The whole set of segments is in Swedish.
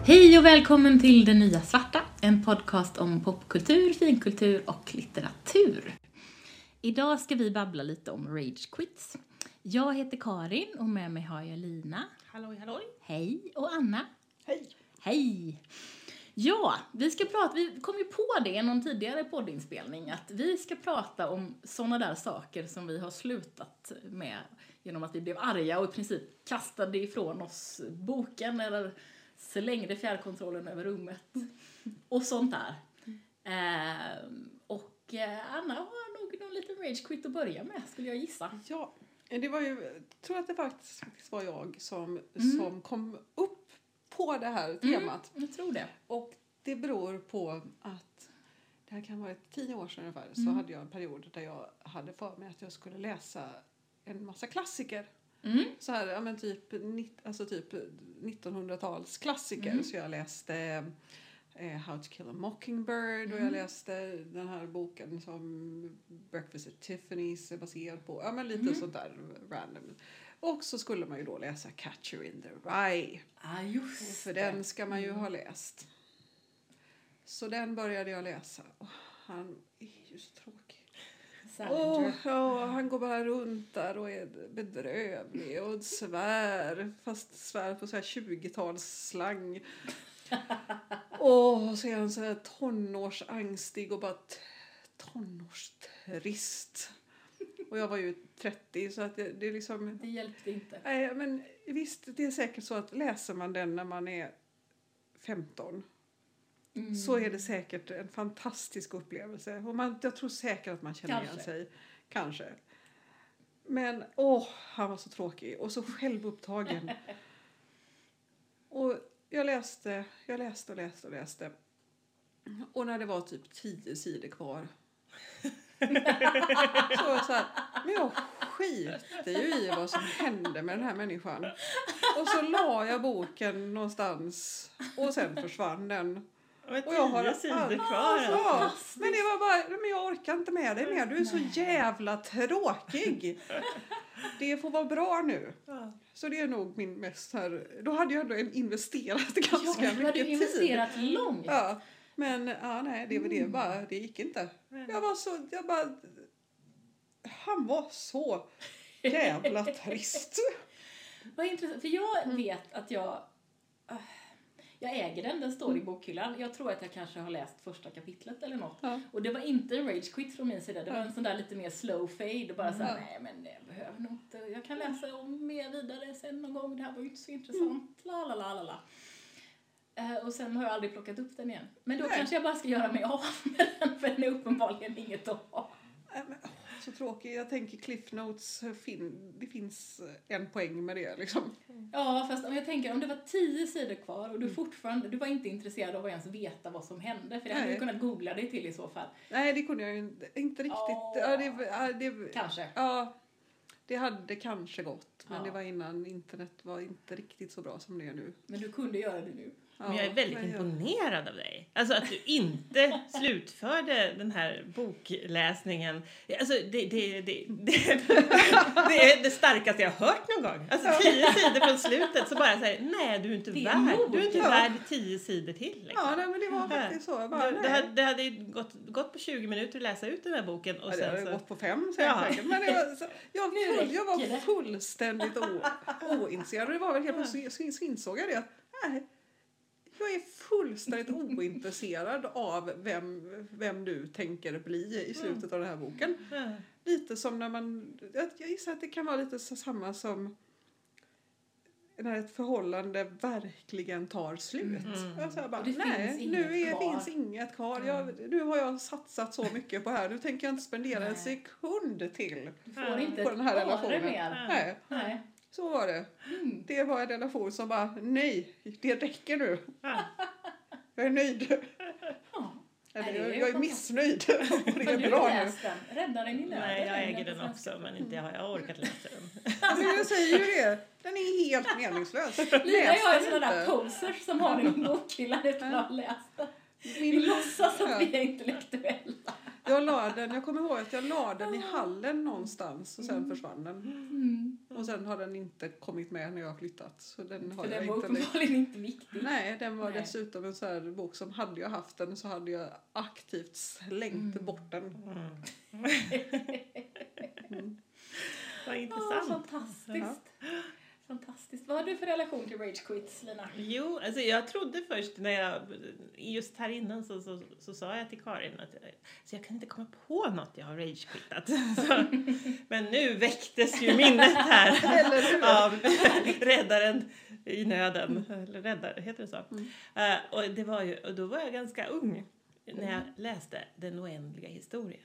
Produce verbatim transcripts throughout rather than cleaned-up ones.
Hej och välkommen till Det Nya Svarta, en podcast om popkultur, finkultur och litteratur. Idag ska vi babbla lite om rage quits. Jag heter Karin och med mig har jag Lina. Halloj, halloj. Hej, och Anna. Hej. Hej. Ja, vi ska prata, vi kom ju på det i någon tidigare poddinspelning att vi ska prata om sådana där saker som vi har slutat med genom att vi blev arga och i princip kastade ifrån oss boken eller slängde fjärrkontrollen över rummet och sånt där. Eh, och eh, Anna har nog någon liten rage quit att börja med, skulle jag gissa. Ja, det var ju, jag tror att det faktiskt var jag som, Mm. som kom upp på det här temat. Mm, jag tror det. Och det beror på att det här kan vara ett tio år sedan ungefär. Så Mm. hade jag en period där jag hade för mig att jag skulle läsa en massa klassiker. Mm. Så här, ja men typ, nitt- alltså typ nittonhundratals klassiker. Mm. Så jag läste eh, How to Kill a Mockingbird. Mm. Och jag läste den här boken som Breakfast at Tiffany's är baserad på. Ja men lite Mm. sånt där random. Och så skulle man ju då läsa Catcher in the Rye. Ah, just För det. den ska man ju ha läst. Så den började jag läsa. Och han är ju så tråkig. Åh, Salinger. ja, han går bara runt där och är bedrövlig och svär. Fast svär på så här tjugotalsslang. Åh, så är han så här tonårsangstig och bara t- tonårstrist. Och jag var ju trettio så att det, det är liksom... Det hjälpte inte. Nej, men visst, det är säkert så att läser man den när man är femton Mm. så är det säkert en fantastisk upplevelse. Och man, jag tror säkert att man känner Kanske. igen sig. Kanske. Men åh, han var så tråkig och så självupptagen. Och jag läste, jag läste och läste och läste. Och när det var typ tio sidor kvar så var jag så här, men jag skiter ju i vad som hände med den här människan. Och så la jag boken någonstans och sen försvann den. Och jag har tio sidor kvar. Ja, Alltså. men det var bara, men jag orkar inte med dig mer. Du är så jävla tråkig. Det får vara bra nu. Ja. Så det är nog min mest här. Då hade jag ändå investerat ganska Ja, du hade mycket ju tid. investerat långt. Ja, men ja, nej, det var det bara, det gick inte. Jag var så, jag bara, han var så jävla trist. Vad intressant, för jag vet att jag äh, jag äger den, den står i bokhyllan. Jag tror att jag kanske har läst första kapitlet eller något. Ja. Och det var inte en rage quit från min sida. Det var Ja. en sån där lite mer slow fade. Och bara så här, Ja. nej men jag behöver nog inte. Jag kan läsa om mer vidare sen någon gång. Det här var ju inte så intressant. La la la la la. Uh, och sen har jag aldrig plockat upp den igen. Men då Nej. kanske jag bara ska göra mig av med den. För den är uppenbarligen inget att ha. Nej, men, åh, så tråkigt. Jag tänker Cliff Notes, fin, det finns en poäng med det liksom. Ja, fast om jag tänker om det var tio sidor kvar och du fortfarande, du var inte intresserad av att ens veta vad som hände. För det hade Nej. du kunnat googla dig till i så fall. Nej, det kunde jag ju inte, inte riktigt. Åh. Ja, det, ja, det, Kanske. ja, det hade kanske gått. Men Ja. det var innan internet var inte riktigt så bra som det är nu. Men du kunde göra det nu. Ja, Men jag är väldigt men jag- imponerad av dig. Alltså att du inte slutförde den här bokläsningen. Alltså det, det, det, det, det är det starkaste jag har hört någon gång. Alltså tio sidor från slutet så bara säger nej du är inte Det är värd. nog. Du är inte Ja. värd tio sidor till. Liksom. Ja, nej, men det var faktiskt så. Jag bara, det, det, nej. hade, det hade ju gått, gått på tjugo minuter att läsa ut den här boken. Och Ja, det sen hade så, gått på fem Ja. säkert. Men det var, så, jag, Nu full, jag räcker det. var fullständigt o, ointresserad. Och det var väl helt plötsligt så, så insåg jag det att nej, jag är fullständigt ointresserad av vem, vem du tänker bli i slutet av den här boken. ja. Lite som när man, jag jag gissar att det kan vara lite så samma som när ett förhållande verkligen tar slut. Mm. Jag säger bara, Och det nej, finns nu inget är, kvar." finns inget kvar. Jag, nu har jag satsat så mycket på det här. Nu tänker jag inte spendera en Nej. sekund till. Du får inte På den här ett öre relationen. mer. Nej, Nej. så var det. Mm. Det var en relation som bara, nej, det räcker nu. Ja. Jag är nöjd. Ja. Eller, Nej, det är jag, ju jag är fantastiskt. missnöjd. Och det Har är du bra nu. läst den? Räddaren i nöden? Nej, jag äger på den svenska. också men inte har jag orkat läsa den. Men jag säger ju det. Den är helt meningslös. Lina och jag är den sådana där inte. posers som har den i bokhyllan utan att ha läst den. Vi låtsas att vi är intellektuella. Jag la den, jag kommer ihåg att jag la den i hallen någonstans och sen Mm. försvann den. Mm. Och sen har den inte kommit med när jag har flyttat. Så den har För jag den var inte. uppenbarligen inte viktig. Nej, den var Nej. dessutom en så här bok som hade jag haft den så hade jag aktivt slängt Mm. bort den. Mm. Mm. Vad Ja, intressant. fantastiskt. Fantastiskt. Vad har du för relation till Rage Quits, Lina? Jo, alltså jag trodde först när jag, just här innan så, så, så sa jag till Karin att jag, så jag kan inte komma på något jag har ragequittat. Så, men nu väcktes ju minnet här Eller hur? av räddaren i nöden. Eller räddare, heter det så? Mm. Uh, och, det var ju, och då var jag ganska ung när jag läste Den oändliga historien.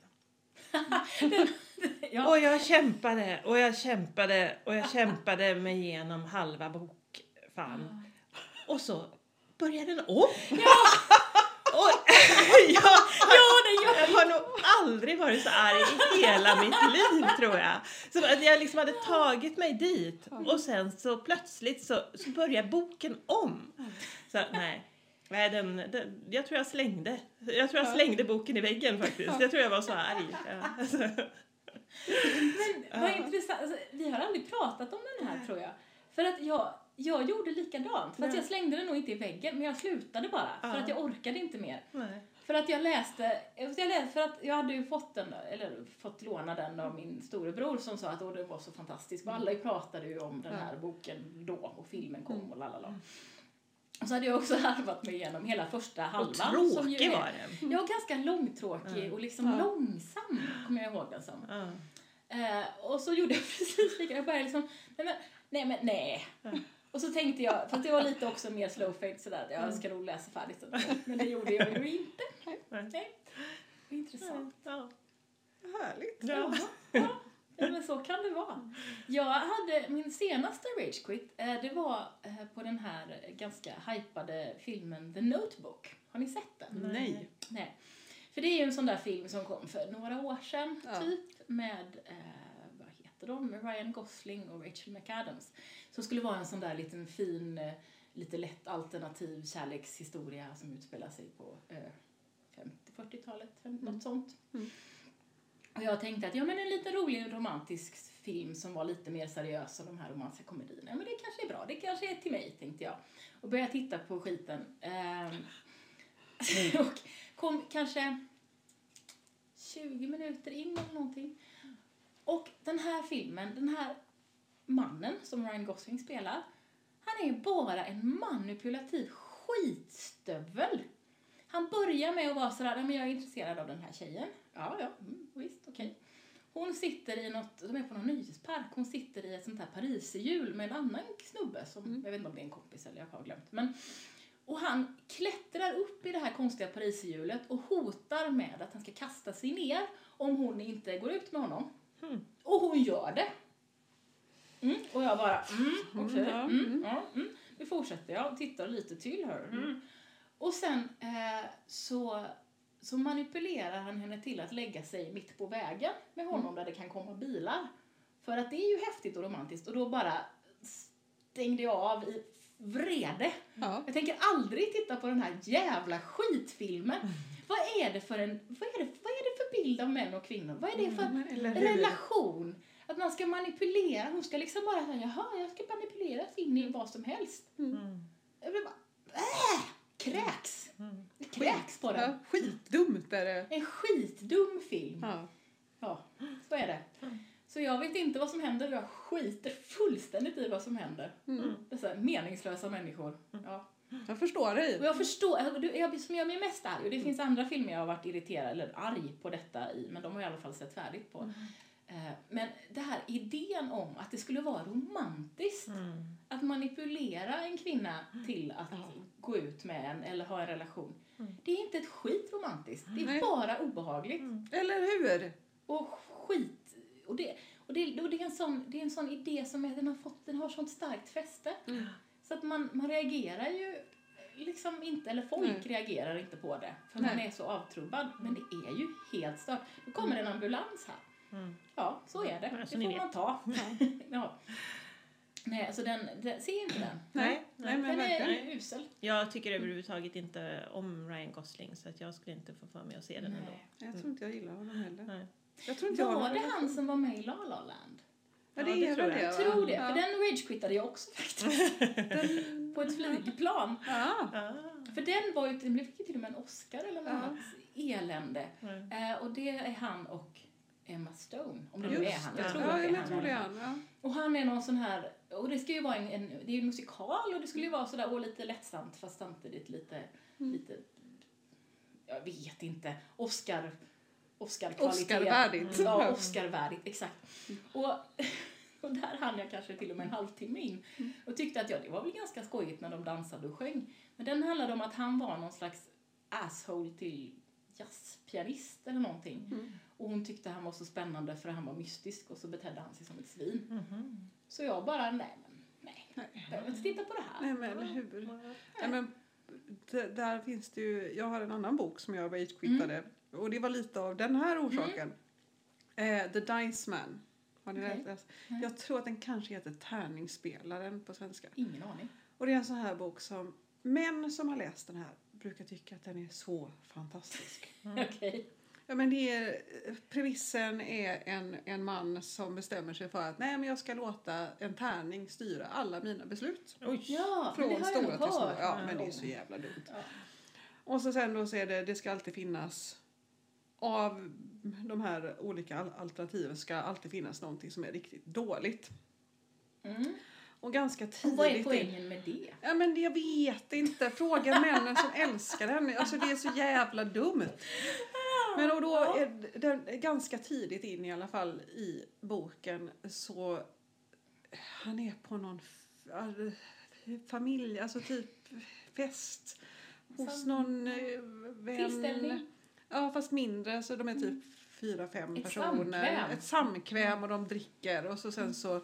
Ja. Och jag kämpade och jag kämpade och jag kämpade mig igenom halva bokfan. Och så började den om. Ja! Och jag, Ja, det gör jag har nog aldrig varit så arg i hela mitt liv, tror jag. Så att jag liksom hade tagit mig dit. Och sen så plötsligt så, så började boken om. Så nej. Nej, den, den, jag tror jag slängde. Jag tror jag slängde boken i väggen faktiskt. Jag tror jag var så arg. Ja, alltså. Men vad intressant. Alltså, vi har aldrig pratat om den här, tror jag. För att jag, jag gjorde likadant. Fast Nej. jag slängde den nog inte i väggen. Men jag slutade bara. För Ja. att jag orkade inte mer. Nej. För att jag läste, jag läste, för att jag hade ju fått den, eller fått låna den av min storebror som sa att åh, det var så fantastiskt. Och alla pratade ju om den här boken då och filmen kom och lalala. Och så hade jag också harvat mig igenom hela första halvan. Och som ju tråkig är, var den. Jag var ganska långtråkig och liksom Ja. långsam, kommer jag ihåg den som. Ja. Eh, och så gjorde jag precis lika. Jag började liksom, nej men, nej men, nej. Och så tänkte jag, för att det var lite också mer slow fade sådär, att jag ska nog läsa färdigt den. Men det gjorde jag ju inte. Nej. Nej. Vad intressant. Ja. Härligt. Ja. Ja, ja, men så kan det vara. Jag hade, min senaste rage quit, eh, det var eh, på den här ganska hypade filmen The Notebook. Har ni sett den? Nej. Nej. För det är ju en sån där film som kom för några år sedan, Ja. typ, med, eh, vad heter de? Med Ryan Gosling och Rachel McAdams. Som skulle vara en sån där liten fin, eh, lite lätt alternativ kärlekshistoria som utspelar sig på eh, femtio-fyrtiotalet, Mm. något sånt. Mm. Och jag tänkte att ja, men en lite rolig romantisk film som var lite mer seriös än de här romantiska komedierna. Ja, men det kanske är bra, det kanske är till mig, tänkte jag. Och började titta på skiten. Ehm, och kom kanske tjugo minuter in eller någonting. Och den här filmen, den här mannen som Ryan Gosling spelar, han är ju bara en manipulativ skitstövel. Han börjar med att vara sådär, men jag är intresserad av den här tjejen. Ja, ja, mm, visst, okej. Okay. Hon sitter i något, de är på någon nöjespark, hon sitter i ett sånt här pariserhjul med en annan snubbe som, mm. jag vet inte om det är en kompis eller jag har glömt. Men, och han klättrar upp i det här konstiga pariserhjulet och hotar med att han ska kasta sig ner om hon inte går ut med honom. Mm. Och hon gör det. Mm. Och jag bara, mm, okej, okay, mm, mm, ja, mm. Nu fortsätter jag och tittar lite till här. Mm. Och sen eh, så, så manipulerar han henne till att lägga sig mitt på vägen med honom mm. där det kan komma bilar. För att det är ju häftigt och romantiskt. Och då bara stängde jag av i vrede. Ja. Jag tänker aldrig titta på den här jävla skitfilmen. Mm. Vad är det för en, vad är det, vad är det för bild av män och kvinnor? Vad är det för mm, relation? Att man ska manipulera. Hon ska liksom bara säga, jaha, jag ska manipuleras in i vad som helst. Mm. Jag blir bara, äh! Kräks. Mm. Kräks på den. Ja, skitdumt är det. En skitdum film. Ja. Ja, så är det. Mm. Så jag vet inte vad som händer. Jag skiter fullständigt i vad som händer. Mm. Dessa meningslösa människor. Ja. Jag förstår dig. Och jag förstår, jag, som gör mig mest arg. Och det finns andra filmer jag har varit irriterad eller arg på detta i. Men de har jag i alla fall sett färdigt på. Mm. Men det här idén om att det skulle vara romantiskt mm. att manipulera en kvinna till att mm. gå ut med en eller ha en relation. Mm. Det är inte ett skit romantiskt. Det är Nej. bara obehagligt. Mm. Eller hur? Och skit. Och det, och det, och det, är, en sån, det är en sån idé som är, den har fått, den har sånt starkt fäste. Mm. Så att man, man reagerar ju liksom inte, eller folk mm. reagerar inte på det. För Nej. man är så avtrubbad. Men det är ju helt stört. Då kommer en ambulans här. Mm. Ja, så är det. Mm. Det får man ta. Ja. Nej, alltså den, den se inte den. Nej, nej, men Den är, den verkligen. är usel. Jag tycker överhuvudtaget inte om Ryan Gosling så att jag skulle inte få för mig att se den ändå. Nej. Jag tror inte jag gillar honom heller. Nej. Jag tror inte jag har Var någon det relation. han som var med i La La Land? Ja, det Ja, det är tror väl jag. det, Jag va? tror det, Ja. för den ragequittade jag också faktiskt. Den... På ett flygplan. Ja. Ah. För den var ju, den blev till och med en Oscar eller något Ja. annat elände. Mm. Eh, och det är han och Emma Stone. Om det nu Just är han. det. Jag tror ja, att det är jag han. tror det i är alla fall. han. Ja. Och han är någon sån här, och det ska ju vara en, en det är ju en musikal och det skulle ju vara sådär, och lite lättsamt fast samtidigt lite, Mm. lite, jag vet inte, Oscar, Oscar-kvalitet. Oscar-värdigt. Ja, Mm. Oscar-värdigt, exakt. Och, och där hann jag kanske till och med en halvtimme in och tyckte att ja, det var väl ganska skojigt när de dansade och sjöng. Men den handlade om att han var någon slags asshole till jazzpianist eller någonting. Mm. Och hon tyckte han var så spännande för han var mystisk och så betedde han sig som ett svin. Mhm. Så jag bara, nej men, nej. Nej. Jag behöver inte titta på det här. Nej, men hur? Nej, men d- där finns det ju, jag har en annan bok som jag ragequittade. Och det var lite av den här orsaken. Eh, The Dice Man. Har ni Okej. läst? Nej. Jag tror att den kanske heter Tärningsspelaren på svenska. Ingen aning. Och det är en sån här bok som män som har läst den här brukar tycka att den är så fantastisk. Okej. Ja, men det är, premissen är en, en man som bestämmer sig för att nej, men jag ska låta en tärning styra alla mina beslut. Oj. Ja, men Från det har jag stora nog till små. hört. Ja, någon men det är gång. så jävla dumt. Ja. Och så sen då så är det, det ska alltid finnas, av de här olika al- alternativen ska alltid finnas någonting som är riktigt dåligt. Mm. Och ganska tidigt. Och vad är in- poängen med det? Ja, men det, jag vet inte. Fråga männen som älskar den. Alltså det är så jävla dumt. Men och då är den ganska tidigt in i alla fall i boken så han är på någon f- all- familj, alltså typ fest hos Som- någon eh, vän. Tillställning? Ja, fast mindre, så de är typ fyra, fem Ett personer. samkväm. Ett samkväm och de dricker och så sen så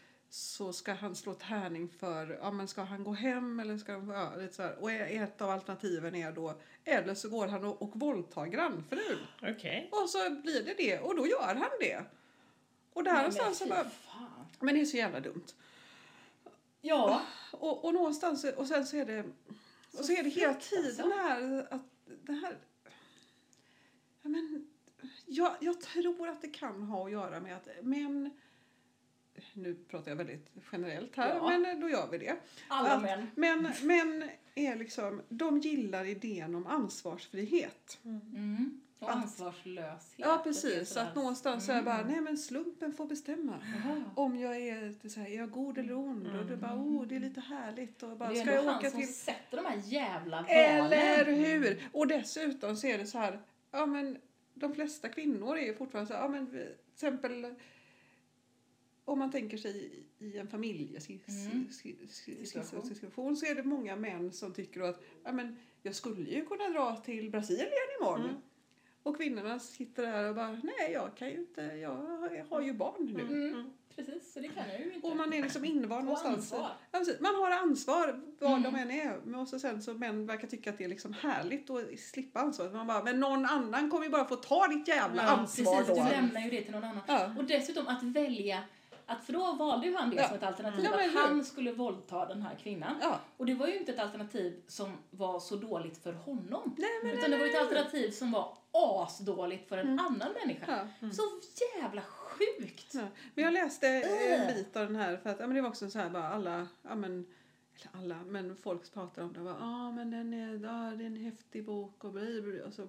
så ska han slå tärning för, ja men ska han gå hem eller ska han, ja lite så här. Och ett av alternativen är då, eller så går han och, och våldtar grannfrun. Okej. Och så blir det det, och då gör han det. Och där Nej, någonstans så men bara, fy fan. men det är så jävla dumt. Ja. Och, och någonstans, och sen så är det, och så är det hela tiden här, att det här, ja men, jag, jag tror att det kan ha att göra med att män, nu pratar jag väldigt generellt här, Ja. men då gör vi det. Alla Att män. Men, men är liksom, de gillar idén om ansvarsfrihet. Mm. Och Att- ansvarslöshet. Ja, Det är precis. sådär. Att någonstans så är Mm. bara, nej men slumpen får bestämma. Jaha. Om jag är, det så här, är jag god eller ond? Och du bara, oh det är lite härligt. Och bara, Det är ska ändå jag han åka som till... sätter de här jävla valen. Eller hur? Och dessutom så är det så här, ja men de flesta kvinnor är ju fortfarande så här, ja men till exempel om man tänker sig i, i en familjesituation Situation. så är det många män som tycker att, ja men jag skulle ju kunna dra till Brasilien imorgon. Mm. Och kvinnorna sitter där och bara, nej jag kan ju inte, jag har- jag har ju barn nu. Mm. Mm. Precis, så det kan jag ju inte. Och man är liksom invald Och någonstans. ansvar. Ja, precis. Man har ansvar var Mm. de än är. Men och så sen så män verkar tycka att det är liksom härligt att slippa ansvar. Man bara, men någon annan kommer ju bara få ta ditt jävla Ja, ansvar Precis, då. du lämnar ju det till någon annan. Ja. Och dessutom att välja, att för då valde ju han det Ja. som ett alternativ, Ja, men att hur? han skulle våldta den här kvinnan. Ja. Och det var ju inte ett alternativ som var så dåligt för honom. Nej, men utan det var ju ett alternativ som var asdåligt för en Mm. annan människa. Ja. Så jävla sjukt! Ja. Men jag läste en Äh. bit av den här för att ja, men det var också så här bara alla, ja men eller alla, men folk pratar om det. Ja, ah, men den är, ja, det är en häftig bok och bli, bli, och så.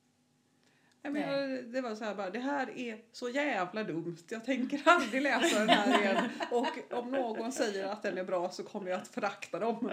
Ja, men jag, det var så här bara, det här är så jävla dumt. Jag tänker aldrig läsa den här igen. Och om någon säger att den är bra så kommer jag att förakta dem.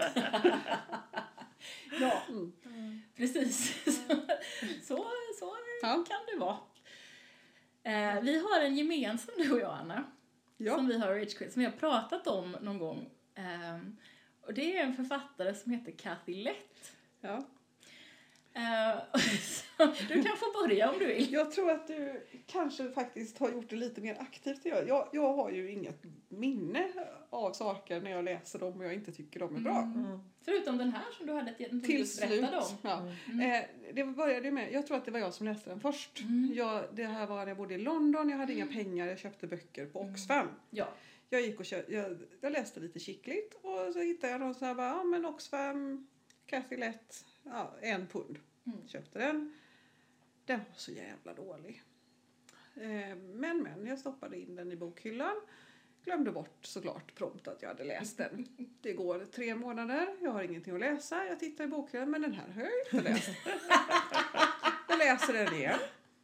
Ja, Mm. precis. Så, så Ja. kan det vara. Eh, vi har en gemensam, du och jag, Anna. Ja. Som vi har Rage Quit, som vi har pratat om någon gång. Ehm, och det är en författare som heter Kathy Lett. Ja. Uh, du kan få börja om du vill. Jag tror att du kanske faktiskt har gjort det lite mer aktivt än jag. Jag, jag har ju inget minne av saker när jag läser dem och jag inte tycker de är bra. Mm. Mm. Förutom den här som du hade ett Till slut. om. Ja. Mm. Eh, det började med, jag tror att det var jag som läste den först. Mm. Jag, det här var när jag bodde i London, jag hade mm. inga pengar, jag köpte böcker på Oxfam. Mm. Ja. Jag gick och köpte, jag, jag läste lite kickligt och så hittade jag någon så här, bara, ja men Oxfam, Cathy Lett, ja, en pund. Mm. Köpte den. Den var så jävla dålig. Eh, men men, jag stoppade in den i bokhyllan. Glömde bort såklart prompt att jag hade läst den. Det går tre månader, jag har ingenting att läsa. Jag tittar i bokhyllan, men den här har jag inte läst. Jag läser den igen.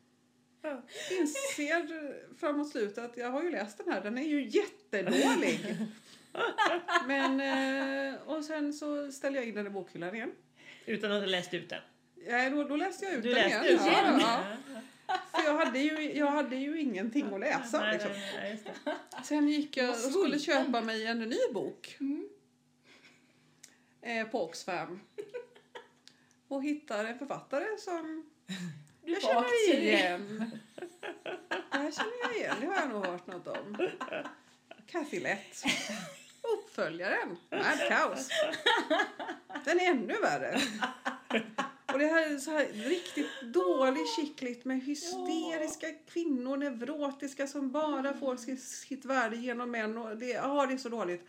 Inser framåt slutet att jag har ju läst den här. Den är ju jättedålig. Men, eh, och sen så ställer jag in den i bokhyllan igen. Utan att ha läst ut den? Ja, då, då läste jag ut du den läste igen. Ut igen. Ja, ja. För jag hade, ju, jag hade ju ingenting att läsa. Nej, liksom. nej, nej, just det. Sen gick jag och skulle köpa mig en ny bok. Mm. Eh, på Oxfam. Och hittade en författare som du jag känner igen. Det här känner jag igen. Det har jag nog hört något om. Cathy Lett. Uppföljaren. Mad Cows. Den är ännu värre. Och det här är så här riktigt dåligt kickligt med hysteriska kvinnor, nevrotiska som bara får sitt, sitt värde genom män. Och det, ja, det är så dåligt.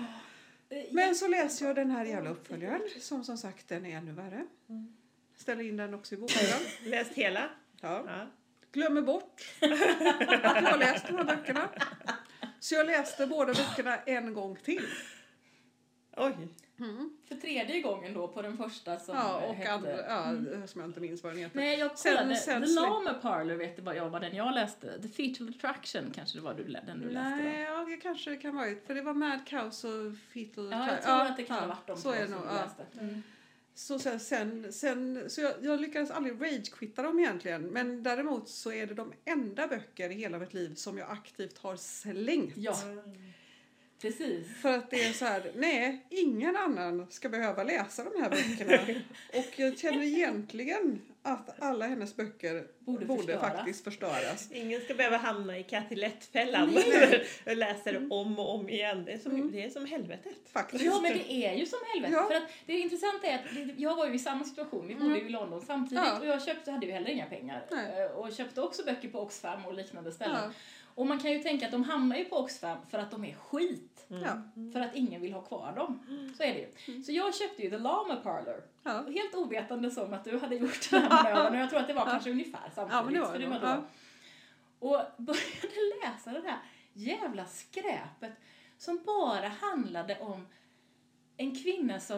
Men så läser jag den här jävla uppföljaren som som sagt den är ännu värre. Ställer in den också i boken. Läst hela? Ja. ja. Glömmer bort att jag har läst de här böckerna. Så jag läste båda böckerna en gång till. Oj. Mm. För tredje gången då på den första som ja, och hette... andra, ja, mm. som jag inte minns vad den heter. Nej, jag kollade. Sen, sen The Lama Parlor vet du vad jag var den jag läste. The Fetal Attraction kanske det var du, den du läste. Nej, ja, det kanske kan vara ut. För det var Mad Cows och Fetal Attraction. Ja, jag tror ja, att det kan ja, ha varit de så är nog, ja. läste. Mm. Så sen, sen, sen så jag, jag lyckades aldrig rage-quitta dem egentligen. Men däremot så är det de enda böcker i hela mitt liv som jag aktivt har slängt. Ja. Precis. För att det är så här, nej, ingen annan ska behöva läsa de här böckerna. Och jag känner egentligen att alla hennes böcker borde, borde faktiskt förstöras. Ingen ska behöva hamna i Cathy Lett-fällan och läsa det om och om igen. Det är som, mm. det är som helvetet. Faktiskt. Ja, men det är ju som helvetet. Ja. För att det intressanta är att jag var ju i samma situation. Vi bodde mm. ju i London samtidigt ja. och jag köpte, hade ju heller inga pengar. Nej. Och köpte också böcker på Oxfam och liknande ställen. Ja. Och man kan ju tänka att de hamnar ju på Oxfam för att de är skit. Mm. För att ingen vill ha kvar dem. Så är det ju. Mm. Så jag köpte ju The Lama Parlor. Ja. Helt ovetande som att du hade gjort den här manövern. Och jag tror att det var ja. kanske ungefär samtidigt. Ja, men det var för det var då. Ja. Och började läsa det här jävla skräpet. Som bara handlade om en kvinna som...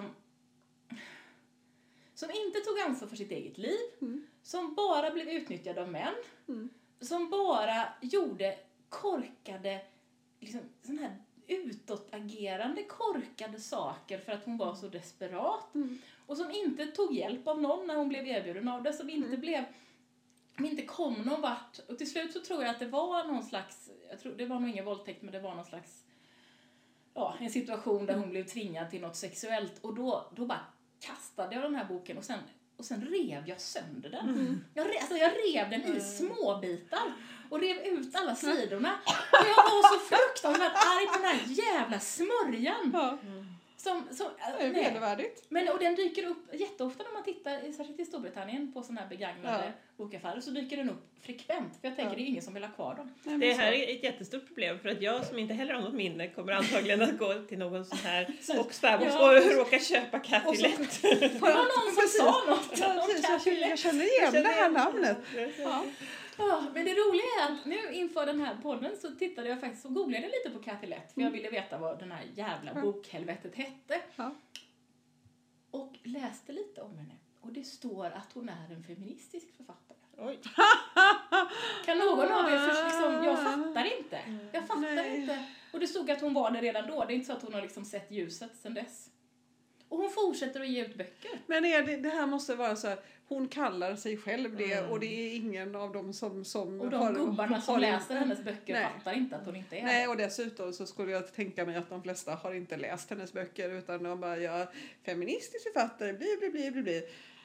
Som inte tog ansvar för sitt eget liv. Mm. Som bara blev utnyttjad av män. Mm. Som bara gjorde korkade, liksom sån här utåtagerande korkade saker för att hon var så desperat. Mm. Och som inte tog hjälp av någon när hon blev erbjuden av det. Som inte mm. blev, som inte kom någon vart. Och till slut så tror jag att det var någon slags, jag tror det var nog ingen våldtäkt men det var någon slags, ja, en situation där hon blev tvingad till något sexuellt. Och då, då bara kastade jag den här boken och sen Och sen rev jag sönder den. Mm. Jag, re, alltså jag rev den i små bitar. Och rev ut alla sidorna. Och jag var så fruktansvärt arg på den här jävla smörjan. Ja. Som, som, det är vedervärdigt. Men och den dyker upp jätteofta när man tittar, särskilt i Storbritannien, på sådana här begagnade ja. bokaffärer. Så dyker den upp frekvent. För jag tänker ja. det är ingen som vill ha kvar dem. Nej, det här är ett jättestort problem. För att jag som inte heller har något minne kommer antagligen att gå till någon sån här Oxfam och ja. råka köpa Cathy Lett. Det var någon som sa något. Ja, precis, jag, jag känner igen jag känner det här namnet. Ja. Ja, men det roliga är att nu inför den här podden så tittade jag faktiskt och googlade lite på Cathy Lett. För jag ville veta vad den här jävla mm. bokhelvetet hette. Ja. Och läste lite om henne. Och det står att hon är en feministisk författare. Oj. Kan någon av er först liksom, jag fattar inte. Jag fattar Nej. inte. Och det stod att hon var det redan då. Det är inte så att hon har liksom sett ljuset sedan dess. Och hon fortsätter att ge ut böcker. Men är det, det här måste vara så här, hon kallar sig själv det mm. och det är ingen av dem som... som och de har, gubbarna som har, läser hennes böcker nej. fattar inte att hon inte är Nej, det. Och dessutom så skulle jag tänka mig att de flesta har inte läst hennes böcker utan de bara gör feministisk författare, bli, bli, bli, bli, bli.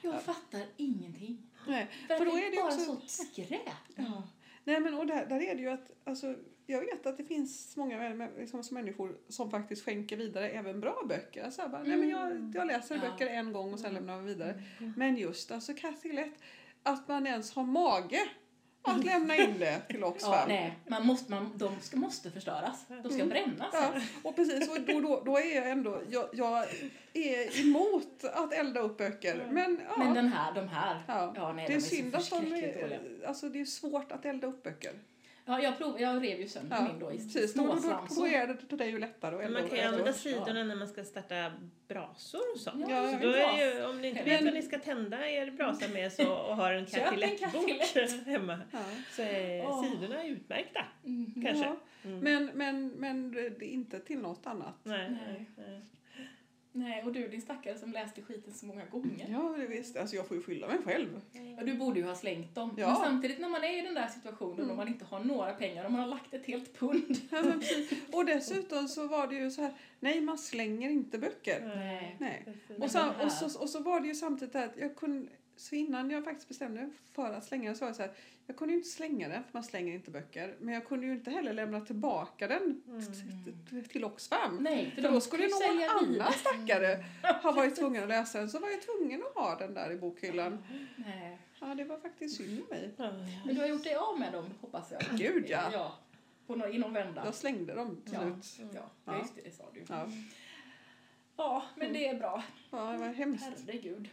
Jag fattar ingenting. Nej, För, för att då det är det bara också... så skräp. Ja. Nej, men och där, där är det ju att, alltså, jag vet att det finns många liksom, som människor som faktiskt skänker vidare även bra böcker. Alltså, bara, nej, men jag, jag läser Ja. böcker en gång och sen lämnar jag vidare. Mm. Men just, alltså Kathy Lett, att man ens har mage att lämna in det till Oxfam. Ja, nej, man måste, man, de ska, måste förstöras. De ska Mm. brännas. Ja, och precis, och då, då, då är jag ändå, jag, jag är emot att elda upp böcker. Mm. Men, ja, Men den här, de här. ja, Ja, nej, det de är så synd att de förskräckligt dåliga. är, alltså det är svårt att elda upp böcker. Ja, jag, prov, jag rev ju sönder Ja, min då i precis, då, då, då, småslamsor. då är det, då är det ju lättare att Men elda man upp kan ju böcker. använda Ja. sidorna när man ska starta brasor och sånt. Ja, så jag då vet är det ju, om ni inte vet Men- vad ni ska tända er brasa med så, och har en Köp en Kathy Lett-bok Kathy hemma Ja. så är Åh. sidorna utmärkta. Mm. Kanske. Ja, Mm. men, men, men det är inte till något annat. Nej, Nej. nej. nej. Nej, och du din stackare som läste skiten så många gånger. Ja, det visst. Alltså jag får ju skylla mig själv. Ja, du borde ju ha slängt dem. Ja. Men samtidigt när man är i den där situationen Mm. och man inte har några pengar och man har lagt ett helt pund. Ja, men precis. Och dessutom så var det ju så här, nej man slänger inte böcker. Nej. Nej. Precis. Och så, den här- och, så, och så var det ju samtidigt att jag kunde, så innan jag faktiskt bestämde mig för att slänga den så var det så här, jag kunde ju inte slänga den för man slänger inte böcker. Men jag kunde ju inte heller lämna tillbaka den Mm. t- t- till Oxfam. Nej, för, För de då skulle ska ju någon sälja vidare. annan stackare ha varit tvungen att läsa den. Så var jag tvungen att ha den där i bokhyllan. Nej. Ja, det var faktiskt synd med mig. Ja, Men du har gjort dig av med dem, hoppas jag. Gud, ja. Ja, på no- i någon vända. Jag slängde dem till Ja. slut. Ja, Ja. just det, det sa du. Ja. Ja, men det är bra. Ja, det var hemskt. Herregud.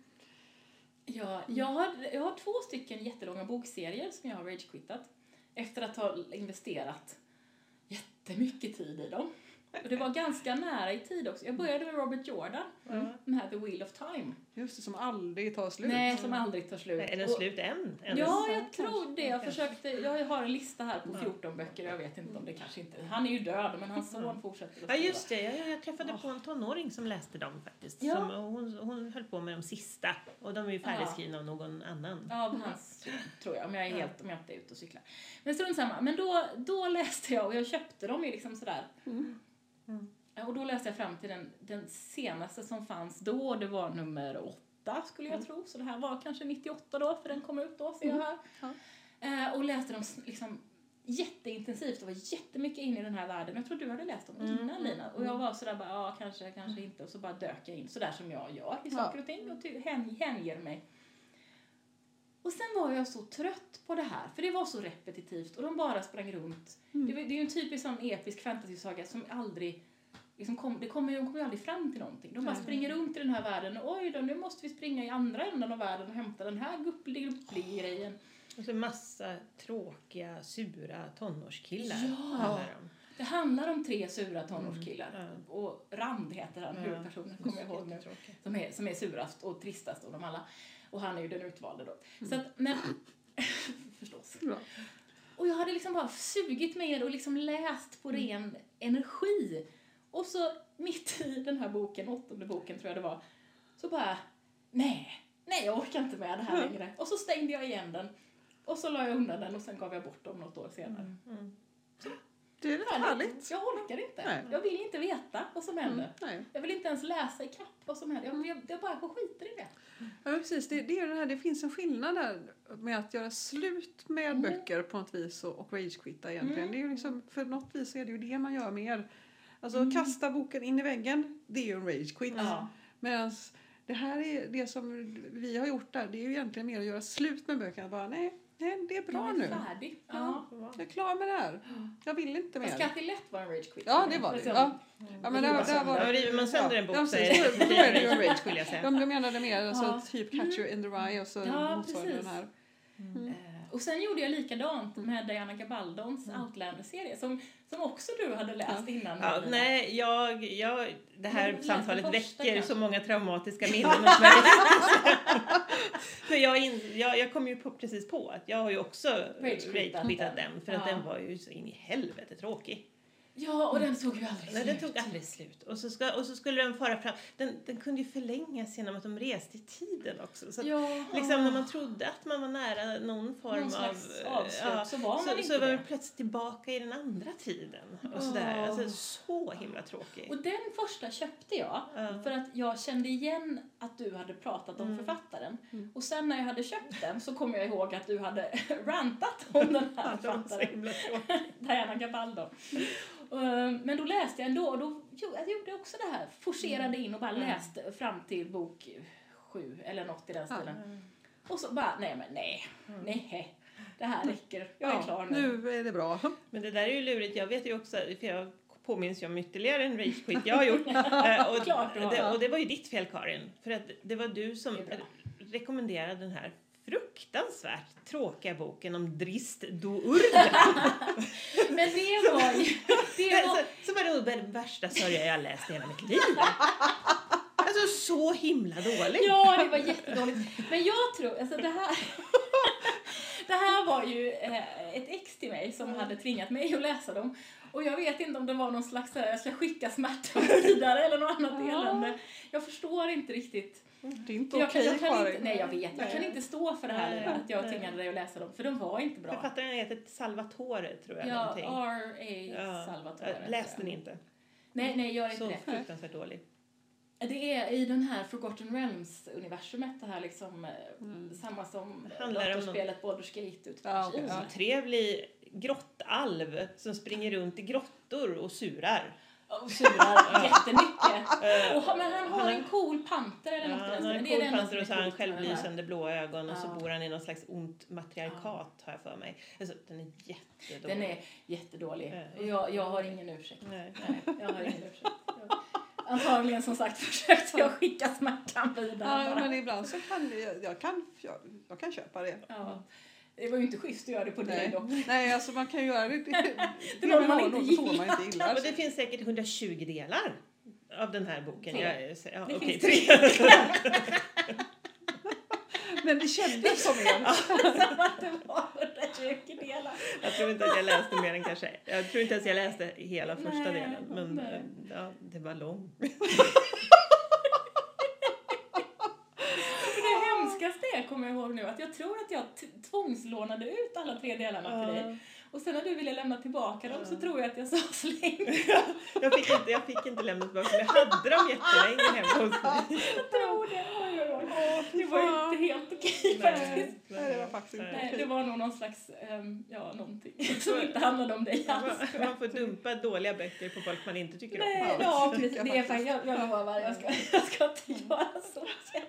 Ja, jag, har, jag har två stycken jättelånga bokserier som jag har ragequittat. Efter att ha investerat jättemycket tid i dem. Och det var ganska nära i tid också. Jag började med Robert Jordan. Ja. Den här The Wheel of Time. Just det, som aldrig tar slut. Nej, som aldrig tar slut. Är den Och- slut än? än? Ja, Ja, jag tror det. Jag kanske. försökte, jag har en lista här på Ja. fjorton böcker. Jag vet inte om det kanske inte... Han är ju död, men hans son fortsätter att Ja, skriva. just det. Jag, jag träffade på en tonåring som läste dem faktiskt. Ja. Som, och hon, hon höll på med de sista. Och de är ju färdigskrivna av någon annan. Ja, av hans son, tror jag. Om jag är helt, om jag inte är ute och cyklar. Men strunt samma. Men då, då läste jag och jag köpte dem ju liksom sådär. Mm. Mm. Och då läste jag fram till den, den senaste som fanns då. Det var nummer åtta skulle jag Mm. tro. Så det här var kanske nittioåtta då, för den kom ut då, ser jag här. Ja. Eh, och läste dem liksom jätteintensivt och var jättemycket inne i den här världen. Jag tror du hade läst dem Mm. innan, Lina. Och jag var sådär bara, ja kanske, kanske inte. Och så bara dök jag in, sådär som jag gör i Ja. saker och ting. Och ty- hän, hänger mig. Och sen var jag så trött på det här. För det var så repetitivt. Och de bara sprang runt. Mm. Det, var- det är ju en typisk sån episk fantasysaga som aldrig... Liksom kom, det kommer ju, de kommer ju aldrig fram till någonting. De bara Nej. springer runt i den här världen. Och oj då, nu måste vi springa i andra änden av världen och hämta den här gupplig-gupplig-grejen. Och så massa tråkiga, sura tonårskillar. Ja. handlar om. Det handlar om tre sura tonårskillar. Mm, ja. Och Rand heter han, Ja. huvudpersonen, kommer jag ihåg nu. Jättetråkigt. Som är, som är surast och tristast av dem alla. Och han är ju den utvalde då. Mm. Så att, men... förstås. Ja. Och jag hade liksom bara sugit med det och liksom läst på ren energi. Och så mitt i den här boken, åttonde boken tror jag det var, så bara, nej, nej jag orkar inte med det här längre. Och så stängde jag igen den. Och så la jag undan den och sen gav jag bort dem något år senare. Mm. Det är rätt härligt. Jag orkar inte. Nej. Jag vill inte veta vad som händer. Mm, nej. Jag vill inte ens läsa i kapp vad som händer. Jag, jag, jag bara skiter i det. Ja, men precis. Det, det, är det, här, det finns en skillnad där med att göra slut med Mm. böcker på något vis och, och ragequitta egentligen. Mm. Det är ju liksom, för något vis är det ju det man gör mer. Alltså Mm. kasta boken in i väggen, det är ju en ragequit. Ja. Medan det här är det som vi har gjort där, det är ju egentligen mer att göra slut med böckerna. Bara nej, nej det är bra Jag är nu. färdig. Ja. Ja. Jag är klar med det här. Jag vill inte Fast mer. Kathy Lätt var en rage quit. Ja, det var det. Ja. Ja, men det, var- det var Ja, river man sönder Ja, en bok ja, så precis. är det, Då är det ju en rage skulle jag säga. De, de menade mer alltså, Ja. typ Catcher in the Rye och så Ja, motsvarande precis. den här. Eh, och sen gjorde jag likadant med Diana Gabaldons Outlander-serie som, som också du hade läst innan. Ja, Lina. nej, jag, jag, det här Men läs samtalet den första väcker kanske. så många traumatiska minnen hos mig. För jag, in, jag, jag kom ju på, precis på att jag har ju också Rage-quittat rage-quittat den. den. För att Ja. den var ju så in i helvete tråkig. Ja, och den tog ju aldrig Nej, slut. den tog aldrig slut. Och så, ska, och så skulle den fara fram. Den, den kunde ju förlängas genom att de reste i tiden också. Så att, Ja. liksom när man trodde att man var nära någon form Någon slags av... avslut, så var man så, inte så var det. man plötsligt tillbaka i den andra tiden. Och sådär. Alltså, så himla tråkigt. Och den första köpte jag Ja. för att jag kände igen att du hade pratat om Mm. författaren. Mm. Och sen när jag hade köpt den så kom jag ihåg att du hade rantat om den här Det var så författaren. himla tråkigt. Diana Gabaldon. Och, men då läste jag ändå och då jo, jag gjorde också det här. Forcerade in och bara Mm. läste fram till bok sju eller något i den Ja. stilen. Och så bara, nej men nej, Mm. nej, det här räcker. Jag är Ja, klar nu. nu är det bra. Men det där är ju lurigt. Jag vet ju också, för jag påminns ju om ytterligare en rage quit jag har gjort. Eh, och, Klart du har. det, och det var ju ditt fel, Karin. För att det var du som Det är bra. rekommenderade den här fruktansvärt tråkiga boken om Drist do Urden. Men det var ju... Det var, så, så var det nog den värsta sörja jag läst i hela mitt liv. Alltså så himla dåligt. ja, det var jättedåligt. Men jag tror, alltså det här... Det här var ju eh, ett ex till mig som hade tvingat mig att läsa dem. Och jag vet inte om det var någon slags så här, jag ska skicka smärtan vidare eller något annat Ja. elände. Jag förstår inte riktigt. Det är inte Jag kan, okej, jag kan inte, Karin. nej, jag vet. Jag Nej. kan inte stå för det här Nej, nu, att jag nej. tvingade dig att läsa dem. För de var inte bra. Författaren heter Salvatore, tror jag. Ja, någonting. R A Ja, Salvatore. läs tror den jag. inte. Nej, nej, gör inte Så det. fruktansvärt dålig. Det är i den här Forgotten Realms-universumet, det här liksom, eh, Mm. samma som Handlar om datorspelet Baldur's Gate utspelar Ja, sig okej, i. ja. Trevlig grottalv som springer runt i grottor och surar. Och surar jättemycket. Eh, Och, men han har han- en cool panter eller Ja, något. i den han har en stilen. Det är det cool enda panter som och så har är han coolt med den här. självlysande blå ögon och så Ja. bor han i någon slags ont matriarkat, har jag för mig. Alltså, den är jättedålig. Den är jättedålig. Ja. Och jag, jag har ingen ursäkt. Nej. Nej, jag har ingen ursäkt. Jag, antagligen som sagt försökte jag skicka smärtan vidare. Ja, bara. men ibland så kan jag, jag, kan, jag, jag kan köpa det. Ja. Det var ju inte schysst att göra det på dig Nej. dock. Nej, alltså man kan göra det. Det, det någon man man har, inte då får man gillar. inte illa. Och det finns säkert hundratjugo delar av den här boken. Tre. Jag, ja, Det okej, finns tre. Men det kändes som en. Som att det var hundratjugo delar. Jag tror inte att jag läste mer än kanske. Jag tror inte ens jag läste hela första Nej, delen. Men nej. eh, ja, det var lång. Det hemskaste är, kommer jag ihåg nu, att jag tror att jag t- tvångslånade ut alla tre delarna till dig. Och sen när du ville lämna tillbaka dem så tror jag att jag sa släng. Jag fick inte, jag fick inte lämna tillbaka, men jag hade dem jättelänge hemma hos mig. Jag tror det. Oj, oj, oj. Det var fan. inte helt okej Nej, faktiskt. Nej, det var faktiskt inte Nej, okej. det var nog någon slags, um, ja, någonting som inte handlade om dig alls. Man, man får dumpa dåliga böcker på folk man inte tycker om. Nej, Ja, ja, det precis. tycker Det jag är faktiskt, jag, jag lovar, jag ska, jag ska inte göra så.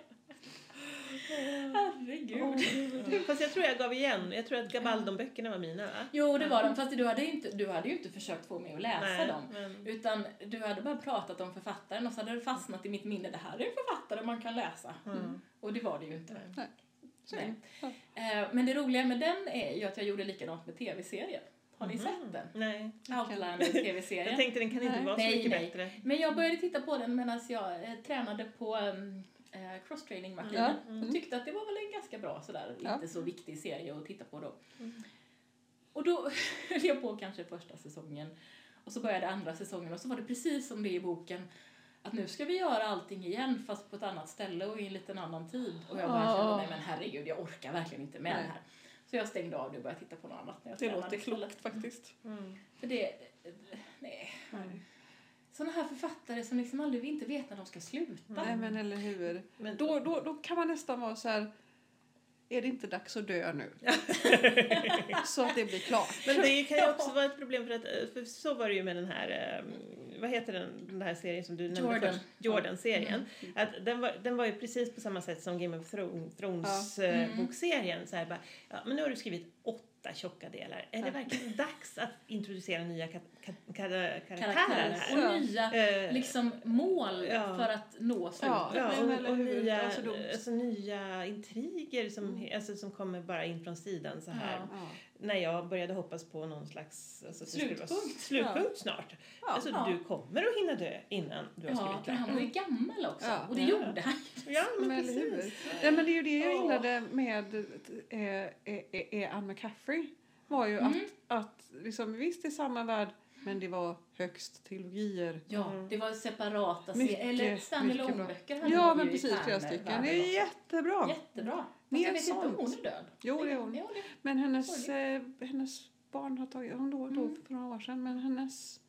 Herregud. Fast jag tror jag gav igen. Jag tror att Gabaldon-böckerna var mina, va? Jo, det var de. Fast du hade ju inte, du hade ju inte försökt få mig att läsa Nej, dem. men- Utan du hade bara pratat om författaren och så hade det fastnat i mitt minne. Det här är en författare man kan läsa. Mm. Och det var det ju inte. Nej. Nej. Eh, Men det roliga med den är ju att jag gjorde likadant med tv-serien. Har ni Mhm. sett den? Nej. Outlander Jag tv-serien. tänkte den kan inte Nej. vara så Nej, mycket nej. bättre. Men jag började titta på den medan jag eh, tränade på um, eh, cross-training-maskinen. Ja. Mm. Och tyckte att det var väl en ganska bra sådär, Ja. inte så viktig serie att titta på då. Mm. Och då höll jag på kanske första säsongen. Och så började andra säsongen och så var det precis som det är i boken. Att nu ska vi göra allting igen fast på ett annat ställe och i en liten annan tid. Och jag bara Ja. kände, nej men herregud, jag orkar verkligen inte med Nej. det här. Så jag stängde av det och började titta på något annat. När jag Det tränade låter istället. klokt faktiskt. Mm. För det, nej. Nej. Sådana här författare som liksom aldrig inte vet när de ska sluta. Nej, men eller hur. Men Då, då, då kan man nästan vara så här. Är det inte dags att dö nu? Så att det blir klart. Men det kan ju också vara ett problem för att för så var det ju med den här um, vad heter den, den här serien som du nämnde Jordan. först? Jordan-serien. Mm. Att den, var, den var ju precis på samma sätt som Game of Thrones, Thrones Ja. eh, Mm. bokserien. Så här bara, ja, men nu har du skrivit åtta tjocka delar. Är det Ja. verkligen dags att introducera nya ka- ka- ka- karaktärer Karaktärer här? och nya Eh, liksom mål ja. för att nå slutet. Ja. Ja, Nej, men och, eller och hur? nya, Alltså, de- alltså, nya intriger som, Mm. alltså, som kommer bara in från sidan så här. Ja. Ja. När jag började hoppas på någon slags alltså, att det skulle vara Slutpunkt. slutpunkt snart. Ja. Alltså Ja. du kommer att hinna dö innan du har Ja, skrivit för han klart. var ju gammal också. Ja. Och det Ja. gjorde han. Ja, men, Men eller hur? precis. Ja, men det är ju det jag Åh. gillade med eh, eh, eh, Anne McCaffrey. Var ju Mm. att, att liksom, visst i samma värld Men det var högst trilogier. Ja, det var separata Mycket, serier. Eller Stanley mycket bra. Långböcker hade Ja, vi men ju i precis, flera pärmar stycken. världen Det är också. jättebra. Jättebra. Fast Mer jag vet inte om sånt. hon är död. Jo, det är hon. Ja, det. Men hennes, Sorgligt. eh, hennes barn har tagit, hon dog, dog Mm. för några år sedan, men hennes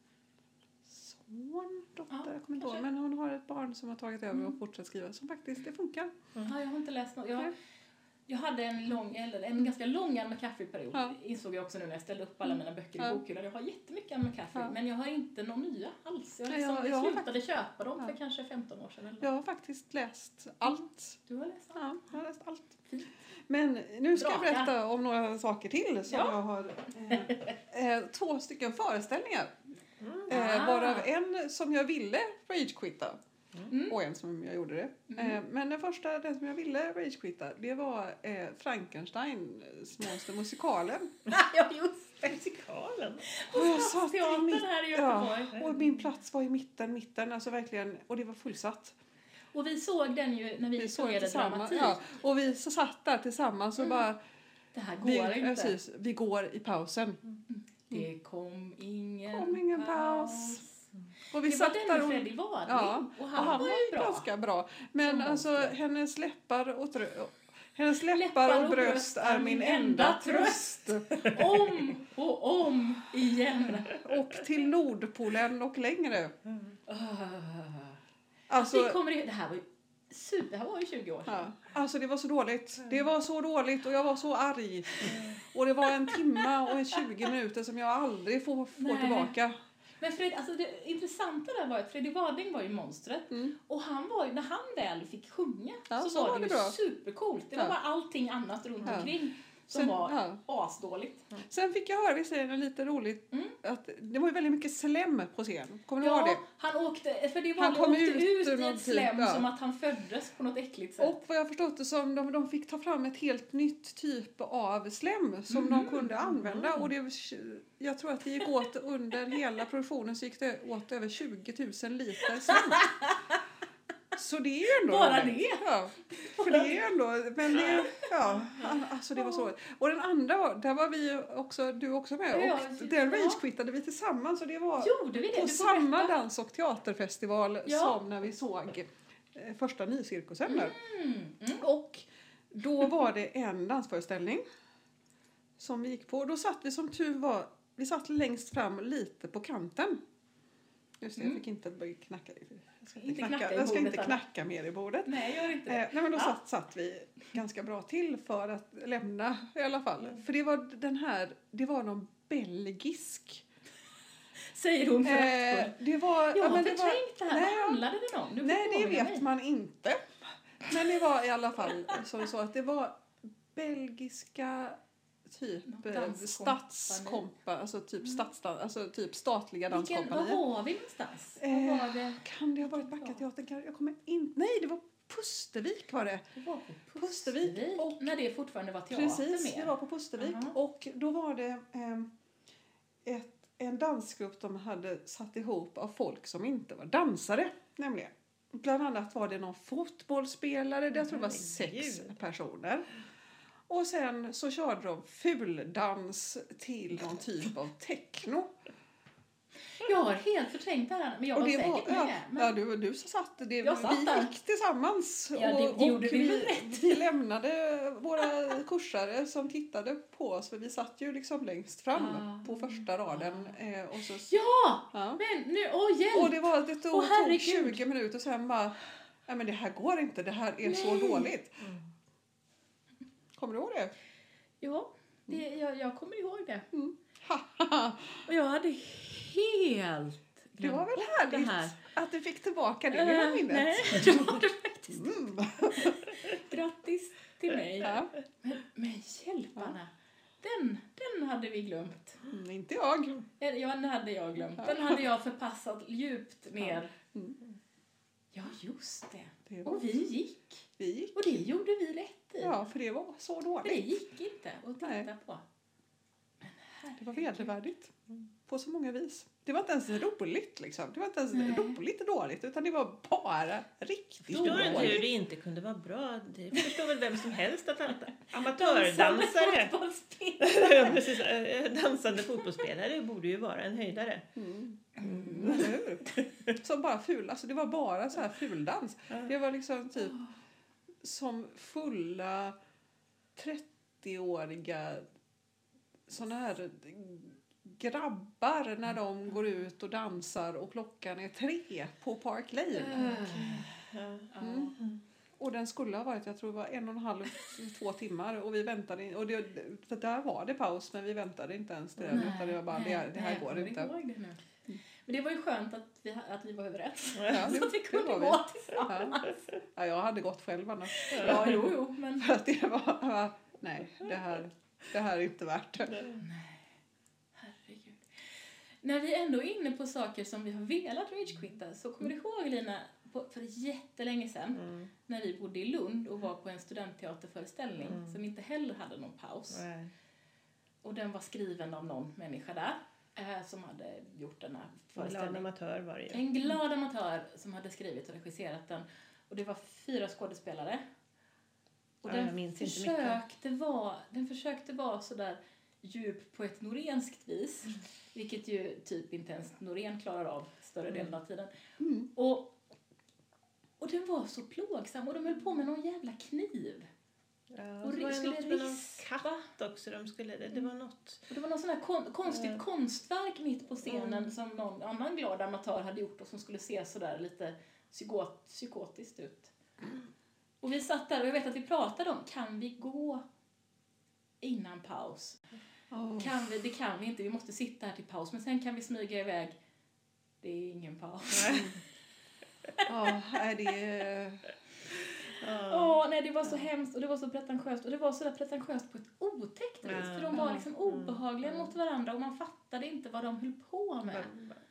son, dotter, Ja, jag kommer inte ihåg, kanske. men hon har ett barn som har tagit över och Mm. fortsatt skriva, som faktiskt, det funkar. Ja, jag har inte läst något. Jag, Nej. jag hade en, lång, eller en ganska lång Anne McCaffrey-period. Ja. Insåg jag också nu när jag ställde upp alla mina böcker i Ja. bokhyllan. Jag har jättemycket Anne McCaffrey, Ja. men jag har inte några nya alls. Jag, har Nej, liksom, jag- jag, jag har slutade köpa dem för Ja. kanske femton år sedan. Eller? Jag har faktiskt läst allt. Du har läst allt? Ja, jag har läst allt. Fint. Men nu ska jag Drakar. berätta om några saker till som Ja. jag har. Eh, eh, två stycken föreställningar. Mm. Eh, Ah. varav en som jag ville ragequitta. Mm. Och en som jag gjorde det. Mm. Eh, men den första, den som jag ville ragequitta, det var eh, Frankensteins monster musikalen. Ja, just det. Musikalen. Och jag satt i Stadsteatern mitt, här i ja, Göteborg. och min plats var i mitten, mitten, alltså verkligen, och det var fullsatt. Och vi såg den ju när vi, Vi såg började tillsammans, dramatik. ja, och vi så satt där tillsammans och Mm. bara, Det här går vi, inte. precis, vi går i pausen. Det kom ingen, Kom ingen paus. Och vi Det var satt den där med och, Freddy Wadling. ja, Och och han, han var ju bra. ganska bra. Men Som alltså monster. hennes läppar och, trö- hennes läppar, Läppar och och bröst bröst är min enda tröst. Om och om igen. Och till Nordpolen och längre. Ah. Alltså, vi kommer i, det här var ju super, det här var ju tjugo år sedan. ja, alltså det var så dåligt. Det var så dåligt och jag var så arg. Och det var en timme och en tjugo minuter som jag aldrig får, får Nej. tillbaka. Men Fred, alltså det intressanta där var att Freddy Wadling var ju monstret. Mm. Och han var ju, när han väl fick sjunga Ja, så, så var var det ju det bra. supercoolt. Det var Ja. bara allting annat runt Ja. omkring som Sen- var ja. asdåligt. Sen fick jag höra, vi säger lite roligt, Mm. att det var ju väldigt mycket slem på scen. Kommer du ihåg Ja, det? han åkte, för det var Han kom åkte ut ut, ur i någon ett typ, slem ja. som att han föddes på något äckligt sätt. Och vad jag förstått det som, de, de fick ta fram ett helt nytt typ av slem som Mhm. de kunde använda. Och det, jag tror att det gick åt under hela produktionen så gick det åt över tjugo tusen liter slem. Så det är ju ändå Bara roligt. det? Ja, för det är ju ändå, men det, ja, alltså det var så. Och den andra, var- där var vi också, du också med. Ja, Och ja. den ragequittade vi tillsammans och det var Gjorde vi det? på Du får samma berätta. dans- och teaterfestival Ja. som när vi såg eh, första nycirkusen där. Mm. Mm. Och då var det en dansföreställning som vi gick på. Då satt vi som tur var, vi satt längst fram lite på kanten. Just det, Mm. jag fick inte börja knacka. Jag ska inte, Inte knacka, knacka i jag ska bordet, inte Anna. knacka mer i bordet. Nej, gör inte det. Eh, nej men då Ja. satt, satt vi ganska bra till för att lämna i alla fall. För det var den här, det var någon belgisk. Säger hon Eh, föraktfullt. det var, Jag ja, har men det förträngt var, det här. nej, Vad handlade det om? Du får nej det påminna vet mig. man inte. Men det var i alla fall som så att det var belgiska typ Något eh, danskompani. stadskompa, alltså typ stadsdan, alltså typ statliga Vilken, var danskompanier. var vi någonstans? Eh, Vad var det? Kan det ha varit Backateatern? Kan- Jag kommer in. Nej, det var Pustervik var det. Det var på Pustervik Pustervik. och- När det fortfarande var teater Precis, med. det var på Pustervik. Aha. Och då var det ehm, ett, en dansgrupp de hade satt ihop av folk som inte var dansare, nämligen. Bland annat var det någon fotbollsspelare, jag tror det var sex Herregud. personer. Och sen så körde de fuldans till någon typ av techno. Jag har helt förträngt det här, men jag Och var det säkert var, med. ja, Men ja, du, du satt, det, Jag satt vi där. gick tillsammans Ja, det- och, det gjorde och vi vi, väl rätt. vi lämnade våra kursare som tittade på oss, för vi satt ju liksom längst fram Ah. på första raden. Eh, och, så, ja! ja. Men nu, åh hjälp! och det var det tog, Åh, tog herregud. tjugo minuter och sen bara, nej men det här går inte, det här är så Nej. dåligt. Kommer du ihåg det? Ja, det, jag, jag kommer ihåg det. Mm. Och jag hade helt Det var väl glömt härligt det här. att du fick tillbaka det lilla Eh, minnet. Nej, det var det faktiskt. Mm. Grattis till mig. Ja. Men, men hjälp Anna. Den, den hade vi glömt. Mm, inte jag. Eh, Ja, den hade jag glömt. Den hade jag förpassat djupt ner. Mm. Ja, just det. Det var, Och vi gick. vi gick. Och det gjorde vi rätt i. Ja, för det var så För det dåligt. gick inte att titta Nej. på. Men Det var herregud. vedervärdigt. På så många vis. Det var inte ens roligt liksom. Det var inte ens Nej. roligt dåligt. Utan det var bara riktigt Förstår du inte hur dåligt. det inte kunde vara bra? Det förstår väl vem som helst att han- amatördansare, Fotbollsspelare. precis, eh, dansande fotbollsspelare borde ju vara en höjdare. Mm. Mm. Eller hur? Som bara ful. Alltså det var bara så här fuldans. Det var liksom typ som fulla trettioåriga såna här grabbar när de går ut och dansar och klockan är tre på Park Lane. Mm. Och den skulle ha varit, jag tror det var en och en halv, två timmar och vi väntade in, och det, för där var det paus men vi väntade inte ens till den utan det var bara, det, det här går inte. Men det var ju skönt att vi, att vi var överens. Ja, Så att vi det kunde var vi. gå tillsammans. Ja. Ja, jag hade gått själv annars. Ja, jo, jo, men... För att det var, var nej, det här, det här är inte värt det. Herregud. När vi ändå är inne på saker som vi har velat ragequitta så kommer du ihåg, Lina, på, för jättelänge sedan Mm. när vi bodde i Lund och var på en studentteaterföreställning Mm. som inte heller hade någon paus. Nej. Och den var skriven av någon människa där eh, som hade gjort den här En glad föreställningen. amatör var det ju. En glad amatör som hade skrivit och regisserat den. Och det var fyra skådespelare. Och Ja, jag den, minns inte försökte vara, den försökte vara sådär djup på ett norenskt vis. Mm. Vilket ju typ inte ens Norén klarar av större delen av tiden. Mm. Och, och den var så plågsam. Och de höll på med någon jävla kniv. Ja, Och och så var det skulle något med någon rispa. katt också. De skulle, det, det var något. Och det var någon sån här kon- konstigt Mm. konstverk mitt på scenen Mm. som någon annan glad amatör hade gjort och som skulle se sådär lite psykot- psykotiskt ut. Och vi satt där och jag vet att vi pratade om, kan vi gå innan paus? Oh. Kan vi? Det kan vi inte, vi måste sitta här till paus. Men sen kan vi smyga iväg. Det är ingen paus. Ja, nej, det är... Åh, nej, det var så hemskt och det var så pretentiöst. Och det var så där pretentiöst på ett otäckt vis. För de var liksom obehagliga mot varandra och man fattade inte vad de höll på med.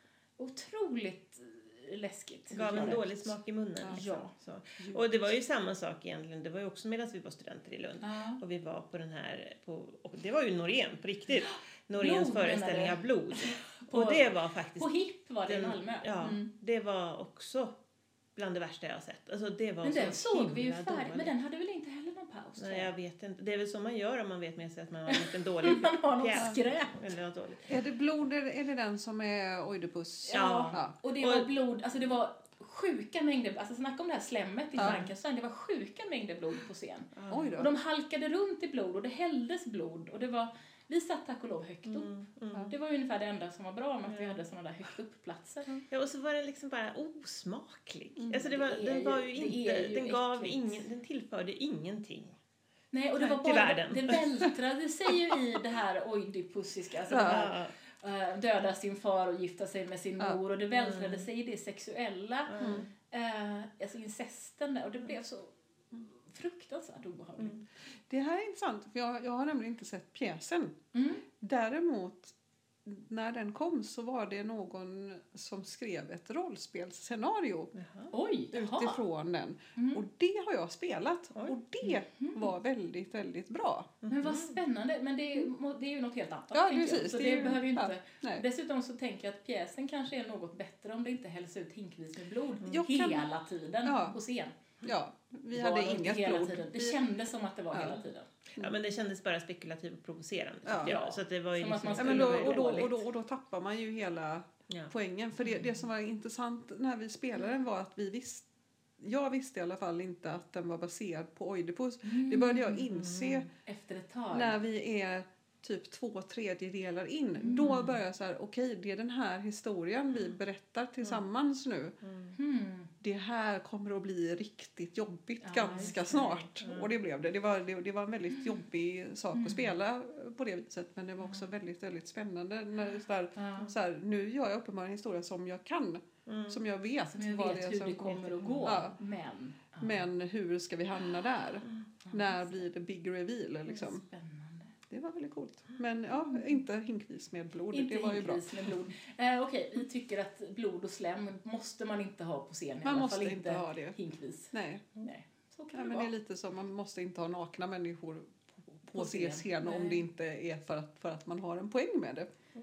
Otroligt läskigt. Gav en dålig smak i munnen. Ja. Så. Och det var ju samma sak egentligen. Det var ju också medan vi var studenter i Lund. Ja. Och vi var på den här, på, och det var ju Norén på riktigt. Noréns Blod, föreställning menar av blod. På- och det var faktiskt, På Hipp var det i den- Malmö. ja, Mm. det var också bland det värsta jag har sett. Alltså det var Men så den såg vi ju himla färdigt. Men dåligt. den hade väl inte heller någon paus? tror Nej, jag. jag vet inte. Det är väl så man gör om man vet med sig att man har gjort en dålig Man har något pjäs. skräp. Eller något dåligt. Är det blod eller är det den som är Oidipus? Ja. Ja. Och det Och- var blod, alltså det var sjuka mängder, alltså snacka om det här slemmet i Ja. Frankenstein, det var sjuka mängder blod på scen. Oj Och då. de halkade runt i blod och det hälldes blod och det var, vi satt tack och lov högt upp. Mm, mm. Det var ju ungefär det enda som var bra med att vi hade sådana där högt upp-platser. Ja, och så var den liksom bara osmaklig. Mm. Alltså det var, Det är den var ju- ju det inte, är ju den gav äckligt. ingen, den tillförde ingenting. Nej, och det Nej, var till bara, världen. det vältrade sig ju i det här oidipussiska, alltså Ja. det här, eh, döda sin far och gifta sig med sin Ja. mor och det vältrade Mm. sig i det sexuella, Mm. eh, alltså incesten där, och det blev så fruktansvärt obehagligt. Mm. Det här är intressant, för jag, jag har nämligen inte sett pjäsen. Mm. Däremot, när den kom så var det någon som skrev ett rollspelsscenario Jaha. Oj, jaha. utifrån den. Mm. Och det har jag spelat. Oj. Och det var väldigt, väldigt bra. Men vad spännande, men det är, ju- det är ju något helt annat. Ja, tänker jag. precis. Så Det det, är ju- behöver ju ja, inte... nej. Dessutom så tänker jag att pjäsen kanske är något bättre om det inte hälls ut hinkvis med blod Jag kan- hela tiden Ja. på scen. Ja, vi Var hade det inte inget hela blod. Tiden. Det Vi- kändes som att det var Ja. hela tiden. Ja, men det kändes bara spekulativt och provocerande. Ja. tycker jag. Så att det var ju Som att liksom man Ja, skulle- men då, och, då, dåligt. och, då, och då tappar man ju hela ja. poängen. För det, det som var intressant när vi spelade den var att vi visste, jag visste i alla fall inte att den var baserad på Oidipus. Det började jag inse Efter ett tag. när vi är typ två tredjedelar in. Mm. Då börjar jag så här, okej, det är den här historien vi berättar tillsammans nu. Hmm. Det här kommer att bli riktigt jobbigt Ja, ganska just det. snart. Mm. Och det blev det. Det var, det, det var en väldigt jobbig sak Mm. att spela på det viset. Men det var också väldigt, väldigt spännande. När det så här, Ja. så här, nu gör jag uppenbarligen en historia som jag kan. Mm. Som jag vet, Som jag vad vet det är hur som det kommer att gå. Ja. Men. Ja. Men hur ska vi hamna där? Ja, När blir det big reveal liksom? Spännande. Det var väldigt coolt. Men ja, inte hinkvis med blod. Inte det var ju bra. hinkvis med blod. Eh, Okej, vi tycker att blod och slem måste man inte ha på scen. I Man alla måste fall inte ha det. hinkvis. Nej. Nej, så kan Ja, det men det är vara. lite som man måste inte ha nakna människor på, på På scen, scen. om Nej. det inte är för att, för att man har en poäng med det.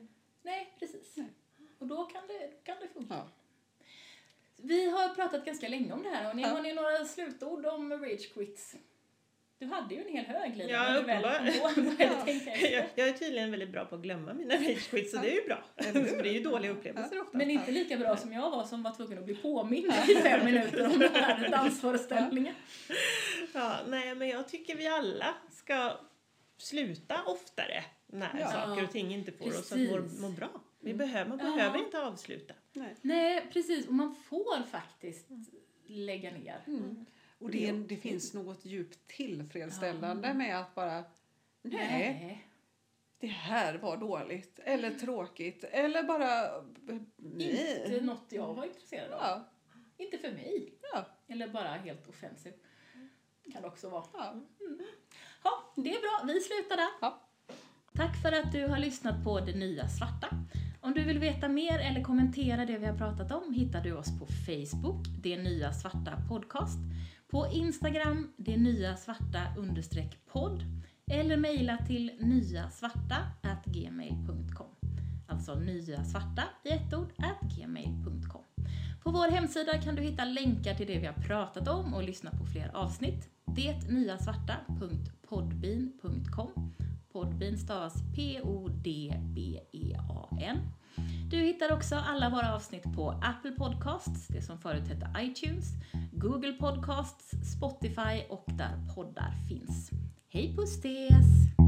Nej, precis. Nej. Och då kan det, kan det funka. Ja. Vi har pratat ganska länge om det här. Och ni, Ja. har ni några slutord om rage quits? Du hade ju en hel hög, Lina. Ja, när du väl uppenbarligen. kom på- började tänka efter. Jag, jag är tydligen väldigt bra på att glömma mina rage quits, så det är ju bra. Eller Så hur? det är ju dåliga upplevelser ofta. Men inte lika bra som jag var som var tvungen att bli påmind i fem minuter om den här dansföreställningen. Ja, nej, men jag tycker vi alla ska sluta oftare när Ja. saker och ting inte får oss att må, Precis. må bra. Vi behöver, man Ja. behöver inte avsluta. Nej. Nej, precis. Och man får faktiskt lägga ner. Mm. Och det, det finns något djupt tillfredsställande med att bara, nej, det här var dåligt eller tråkigt eller bara, nej. Inte något jag var intresserad av. Ja, Inte för mig. ja, Eller bara helt offensiv. Kan det också vara. ja. Ja, det är bra. Vi slutar där. Ja. Tack för att du har lyssnat på Det Nya Svarta. Om du vill veta mer eller kommentera det vi har pratat om hittar du oss på Facebook, Det Nya Svarta Podcast, på Instagram, Det Nya Svarta understreck podd eller mejla till nyasvarta at gmail punkt com. Alltså nyasvarta i ett ord at gmail punkt com. På vår hemsida kan du hitta länkar till det vi har pratat om och lyssna på fler avsnitt. det nya svarta punkt podbean punkt com. Podbean stavas P O D B E A N. Du hittar också alla våra avsnitt på Apple Podcasts, det som förut hette iTunes, Google Podcasts, Spotify och där poddar finns. Hej puss tes!